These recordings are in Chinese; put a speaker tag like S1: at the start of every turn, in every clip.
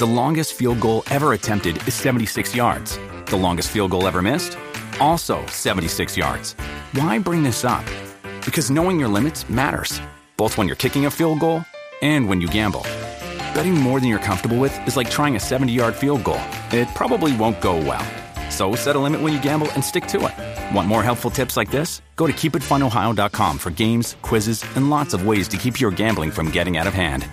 S1: The longest field goal ever attempted is 76 yards. The longest field goal ever missed? Also 76 yards. Why bring this up? Because knowing your limits matters, both when you're kicking a field goal and when you gamble. Betting more than you're comfortable with is like trying a 70-yard field goal. It probably won't go well. So set a limit when you gamble and stick to it. Want more helpful tips like this? Go to keepitfunohio.com for games, quizzes, and lots of ways to keep your gambling from getting out of hand.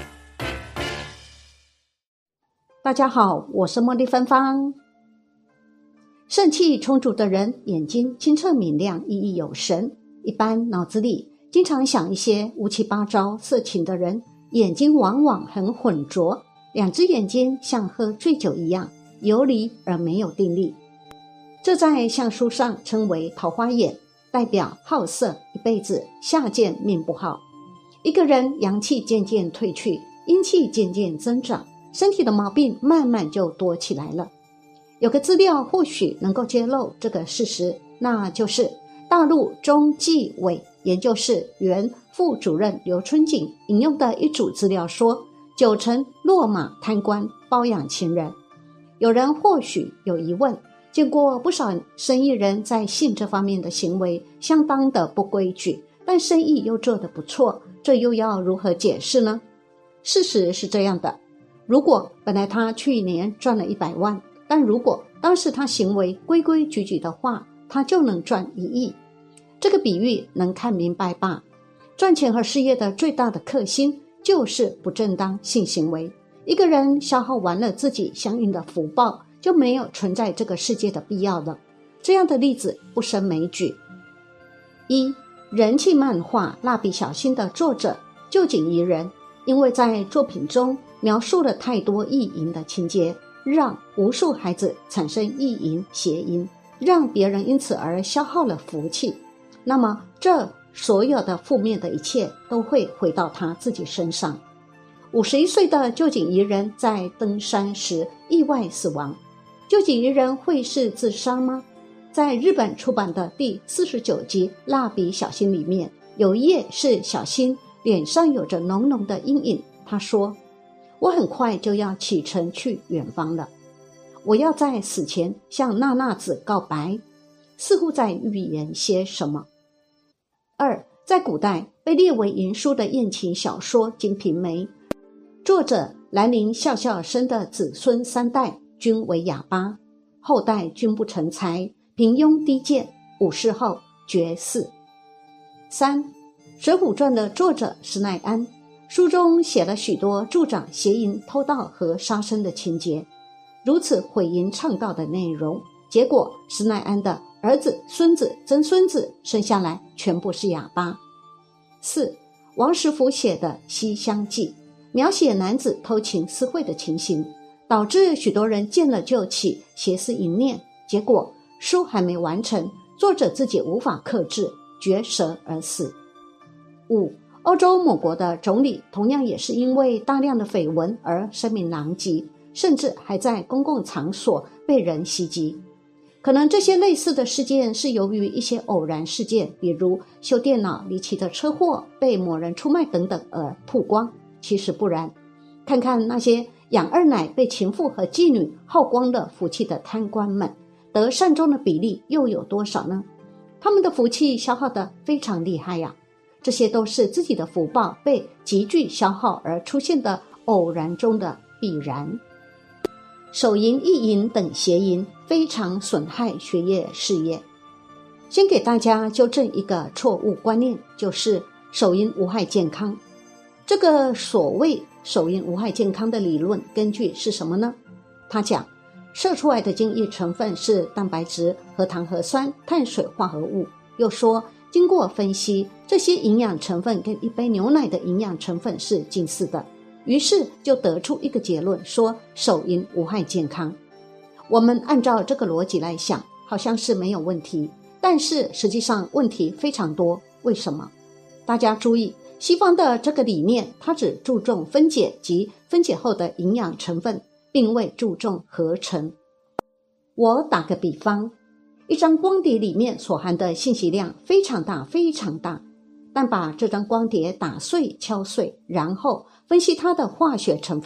S2: 大家好，我是茉莉芬芳。肾气充足的人，眼睛清澈明亮，熠熠有神。一般脑子里经常想一些乌七八糟色情的人，眼睛往往很浑浊，两只眼睛像喝醉酒一样，游离而没有定力。这在相书上称为桃花眼，代表好色，一辈子下贱命不好。一个人阳气渐渐退去，阴气渐渐增长，身体的毛病慢慢就多起来了。有个资料或许能够揭露这个事实，那就是大陆中纪委研究室原副主任刘春锦引用的一组资料说，90%落马贪官包养情人。有人或许有疑问，见过不少生意人在性这方面的行为相当的不规矩，但生意又做得不错，这又要如何解释呢？事实是这样的，如果本来他去年赚了100万，但如果当时他行为规规矩矩的话，他就能赚1亿。这个比喻能看明白吧？赚钱和事业的最大的克星就是不正当性行为。一个人消耗完了自己相应的福报，就没有存在这个世界的必要了。这样的例子不胜枚举。一、人气漫画《蜡笔小新》的作者臼井仪人，因为在作品中描述了太多意淫的情节，让无数孩子产生意淫邪淫，让别人因此而消耗了福气。那么这所有的负面的一切都会回到他自己身上。51岁的臼井仪人在登山时意外死亡。臼井仪人会是自杀吗？在日本出版的第49集《蜡笔小新》里面，有一页是小新脸上有着浓浓的阴影。他说，我很快就要启程去远方了，我要在死前向娜娜子告白，似乎在预言些什么。二、在古代被列为淫书的艳情小说《金瓶梅》，作者兰陵笑笑生的子孙3代均为哑巴，后代均不成才，平庸低贱，5世后绝嗣。三、水浒传的作者施耐庵，书中写了许多助长邪淫偷盗和杀生的情节，如此毁淫倡导的内容，结果施耐庵的儿子、孙子、曾孙子生下来全部是哑巴。四、王实甫写的《西厢记》，描写男子偷情私会的情形，导致许多人见了就起邪思淫念，结果书还没完成，作者自己无法克制，绝舌而死。五、欧洲某国的总理同样也是因为大量的绯闻而声名狼藉，甚至还在公共场所被人袭击。可能这些类似的事件是由于一些偶然事件，比如修电脑离奇的车祸、被某人出卖等等而曝光，其实不然。看看那些养二奶被情妇和妓女耗光了福气的贪官们，得善终的比例又有多少呢？他们的福气消耗得非常厉害呀。这些都是自己的福报被急剧消耗而出现的偶然中的必然。手淫、意淫等邪淫非常损害学业事业。先给大家纠正一个错误观念，就是手淫无害健康。这个所谓手淫无害健康的理论根据是什么呢？他讲射出来的精液成分是蛋白质、核糖核酸、碳水化合物，又说经过分析，这些营养成分跟一杯牛奶的营养成分是近似的，于是就得出一个结论，说手淫无害健康。我们按照这个逻辑来想，好像是没有问题，但是实际上问题非常多。为什么？大家注意，西方的这个理念，它只注重分解及分解后的营养成分，并未注重合成。我打个比方，一张光碟里面所含的信息量非常大非常大，但把这张光碟打碎敲碎，然后分析它的化学成分，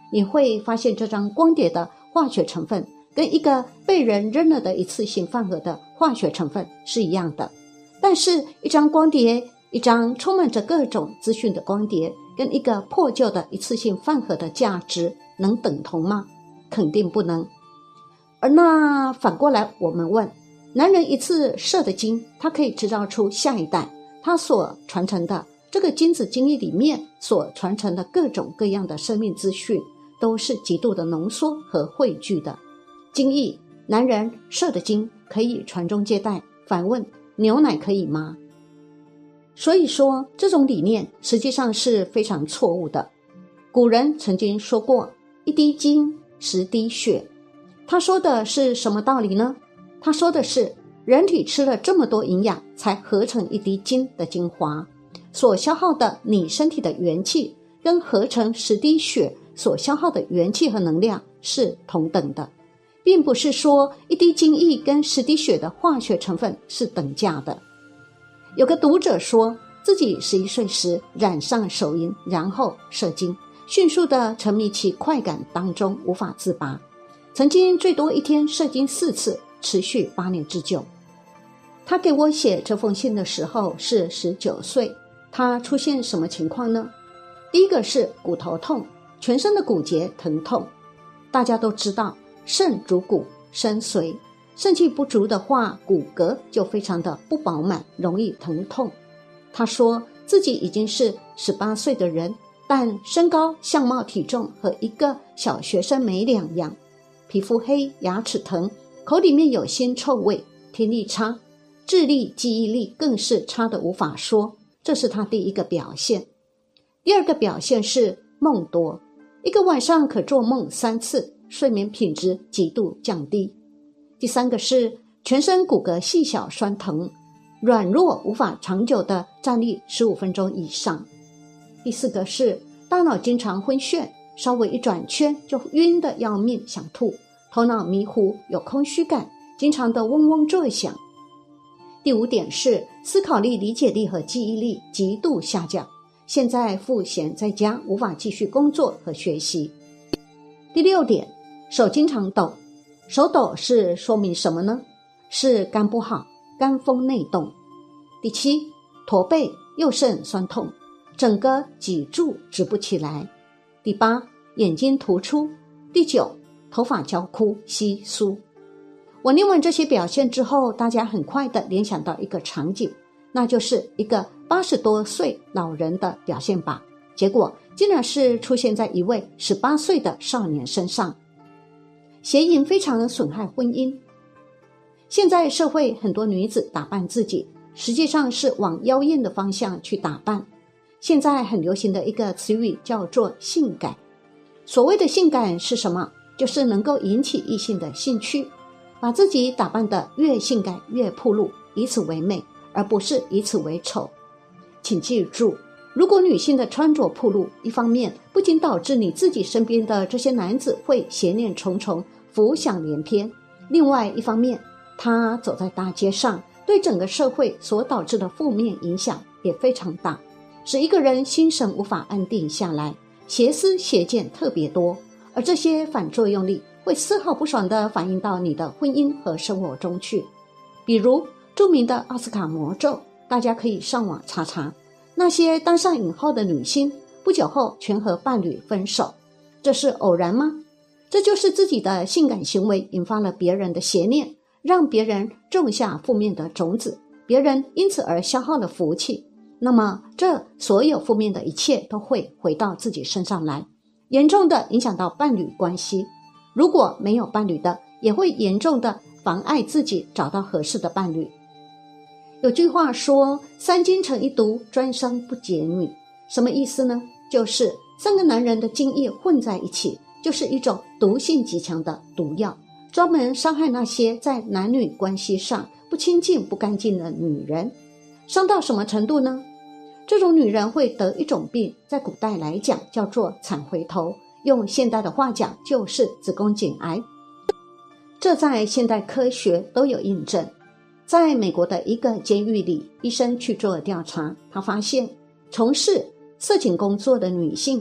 S2: 你会发现这张光碟的化学成分跟一个被人扔了的一次性饭盒的化学成分是一样的。但是一张光碟，一张充满着各种资讯的光碟，跟一个破旧的一次性饭盒的价值能等同吗？肯定不能。而那反过来我们问，男人一次射的精，他可以制造出下一代，他所传承的这个精子精液里面所传承的各种各样的生命资讯，都是极度的浓缩和汇聚的。精液，男人射的精可以传宗接代，反问牛奶可以吗？所以说这种理念实际上是非常错误的。古人曾经说过一滴精10滴血，他说的是什么道理呢？他说的是人体吃了这么多营养才合成一滴精的精华，所消耗的你身体的元气跟合成10滴血所消耗的元气和能量是同等的，并不是说一滴精液跟10滴血的化学成分是等价的。有个读者说自己11岁时染上手淫，然后射精，迅速地沉迷其快感当中无法自拔，曾经最多一天射精4次，持续8年之久。他给我写这封信的时候是19岁，他出现什么情况呢？第一个是骨头痛，全身的骨节疼痛。大家都知道肾主骨生髓，肾气不足的话，骨骼就非常的不饱满，容易疼痛。他说自己已经是18岁的人，但身高、相貌、体重和一个小学生没两样，皮肤黑，牙齿疼，口里面有腥臭味，听力差，智力、记忆力更是差得无法说，这是他第一个表现。第二个表现是梦多，一个晚上可做梦3次，睡眠品质极度降低。第三个是全身骨骼细小酸疼，软弱，无法长久的站立15分钟以上。第四个是大脑经常昏眩，稍微一转圈就晕得要命，想吐，头脑迷糊，有空虚感，经常的嗡嗡作响。第五点是思考力、理解力和记忆力极度下降，现在赋闲在家，无法继续工作和学习。第六点，手经常抖，手抖是说明什么呢？是肝不好，肝风内动。第七，驼背，右肾酸痛，整个脊柱直不起来。第八，眼睛突出。第九，头发焦枯稀疏。我念完这些表现之后，大家很快的联想到一个场景，那就是一个80多岁老人的表现吧，结果竟然是出现在一位18岁的少年身上。邪淫非常损害婚姻。现在社会很多女子打扮自己，实际上是往妖艳的方向去打扮。现在很流行的一个词语叫做性感。所谓的性感是什么？就是能够引起异性的兴趣，把自己打扮得越性感越暴露，以此为美，而不是以此为丑。请记住，如果女性的穿着暴露，一方面不仅导致你自己身边的这些男子会邪念重重，浮想联翩，另外一方面，她走在大街上，对整个社会所导致的负面影响也非常大，使一个人心神无法安定下来，邪思邪见特别多，而这些反作用力会丝毫不爽地反映到你的婚姻和生活中去。比如著名的奥斯卡魔咒，大家可以上网查查，那些当上影后的女星不久后全和伴侣分手，这是偶然吗？这就是自己的性感行为引发了别人的邪念，让别人种下负面的种子，别人因此而消耗了福气，那么这所有负面的一切都会回到自己身上来，严重的影响到伴侣关系。如果没有伴侣的，也会严重的妨碍自己找到合适的伴侣。有句话说3精成一毒，专伤不解女。什么意思呢？就是3个男人的精液混在一起，就是一种毒性极强的毒药，专门伤害那些在男女关系上不清净不干净的女人。伤到什么程度呢？这种女人会得一种病，在古代来讲叫做惨回头，用现代的话讲就是子宫颈癌。这在现代科学都有印证。在美国的一个监狱里，医生去做调查，他发现从事色情工作的女性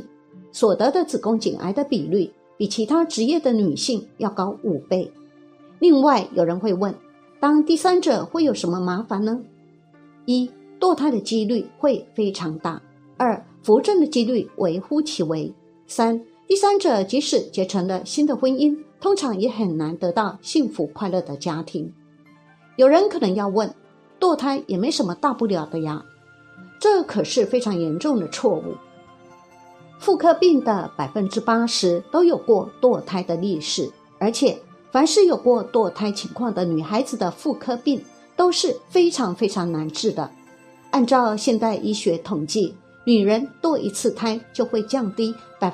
S2: 所得的子宫颈癌的比率比其他职业的女性要高5倍。另外，有人会问，当第三者会有什么麻烦呢？一、堕胎的几率会非常大；二、扶正的几率微乎其微；三、第三者即使结成了新的婚姻，通常也很难得到幸福快乐的家庭。有人可能要问，堕胎也没什么大不了的呀，这可是非常严重的错误。妇科病的 80% 都有过堕胎的历史，而且凡是有过堕胎情况的女孩子的妇科病都是非常非常难治的。按照现代医学统计，女人堕一次胎就会降低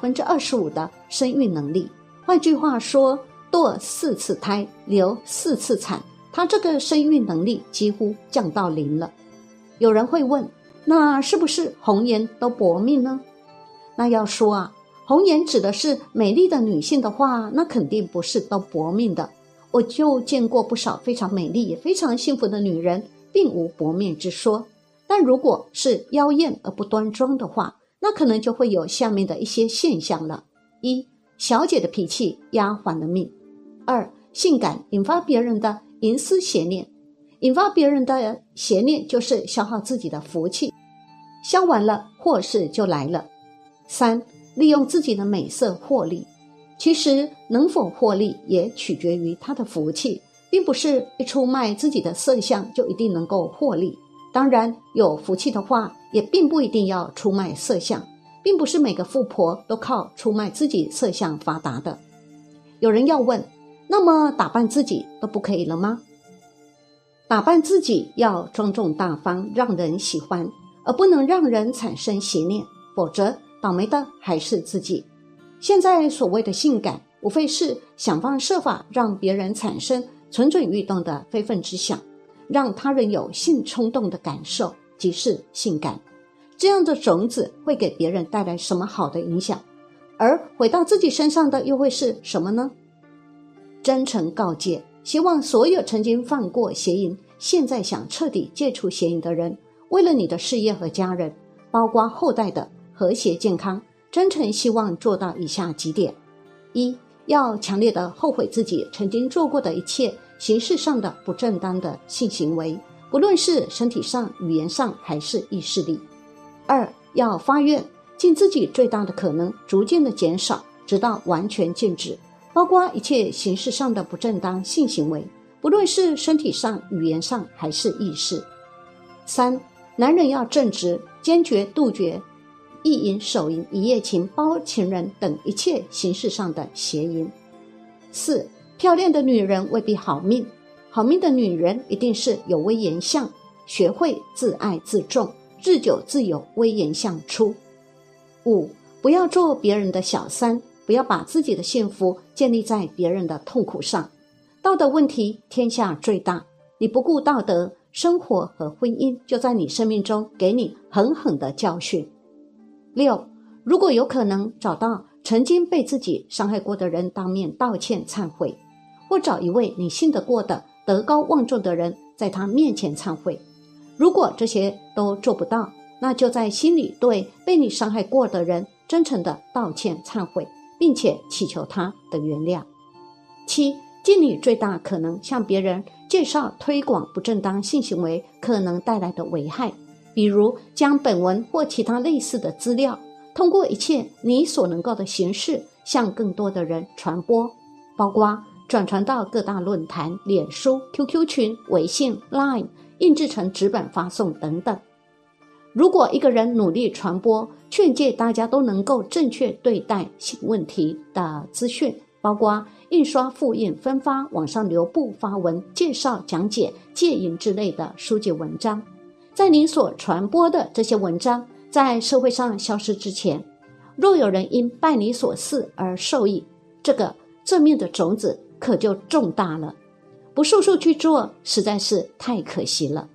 S2: 25% 的生育能力。换句话说，堕4次胎，流4次产，她这个生育能力几乎降到0了。有人会问，那是不是红颜都薄命呢？那要说啊，红颜指的是美丽的女性的话，那肯定不是都薄命的。我就见过不少非常美丽也非常幸福的女人，并无薄命之说。但如果是妖艳而不端庄的话，那可能就会有下面的一些现象了。一、小姐的脾气压还了命；二、性感引发别人的淫思邪念，引发别人的邪念就是消耗自己的福气，消完了祸事就来了。三、利用自己的美色获利，其实能否获利也取决于他的福气，并不是一出卖自己的色相就一定能够获利。当然有福气的话，也并不一定要出卖色相，并不是每个富婆都靠出卖自己色相发达的。有人要问，那么打扮自己都不可以了吗？打扮自己要庄重大方，让人喜欢，而不能让人产生邪念，否则倒霉的还是自己。现在所谓的性感，无非是想方设法让别人产生蠢蠢欲动的非分之想，让他人有性冲动的感受，即是性感。这样的种子会给别人带来什么好的影响？而回到自己身上的又会是什么呢？真诚告诫，希望所有曾经犯过邪淫，现在想彻底戒除邪淫的人，为了你的事业和家人，包括后代的和谐健康，真诚希望做到以下几点：一、要强烈的后悔自己曾经做过的一切形式上的不正当的性行为，不论是身体上、语言上还是意识里。二、要发愿尽自己最大的可能，逐渐的减少，直到完全禁止，包括一切形式上的不正当性行为，不论是身体上、语言上还是意识。三、男人要正直，坚决杜绝意淫、手淫、一夜情、包情人等一切形式上的邪淫。四、漂亮的女人未必好命，好命的女人一定是有威严相，学会自爱自重，日久自有威严相出。五、不要做别人的小三，不要把自己的幸福建立在别人的痛苦上。道德问题天下最大，你不顾道德，生活和婚姻就在你生命中给你狠狠的教训。六、如果有可能找到曾经被自己伤害过的人当面道歉忏悔，或找一位你信得过的德高望重的人在他面前忏悔。如果这些都做不到，那就在心里对被你伤害过的人真诚的道歉忏悔，并且祈求他的原谅。七、尽你最大可能向别人介绍推广不正当性行为可能带来的危害，比如将本文或其他类似的资料通过一切你所能够的形式向更多的人传播，包括转传到各大论坛、脸书、QQ 群、微信、Line， 印制成纸本发送等等。如果一个人努力传播，劝诫大家都能够正确对待性问题的资讯，包括印刷、复印、分发、网上流布、发文、介绍、讲解、戒淫之类的书籍文章，在你所传播的这些文章在社会上消失之前，若有人因拜你所赐而受益，这个正面的种子可就种大了。不速速去做，实在是太可惜了。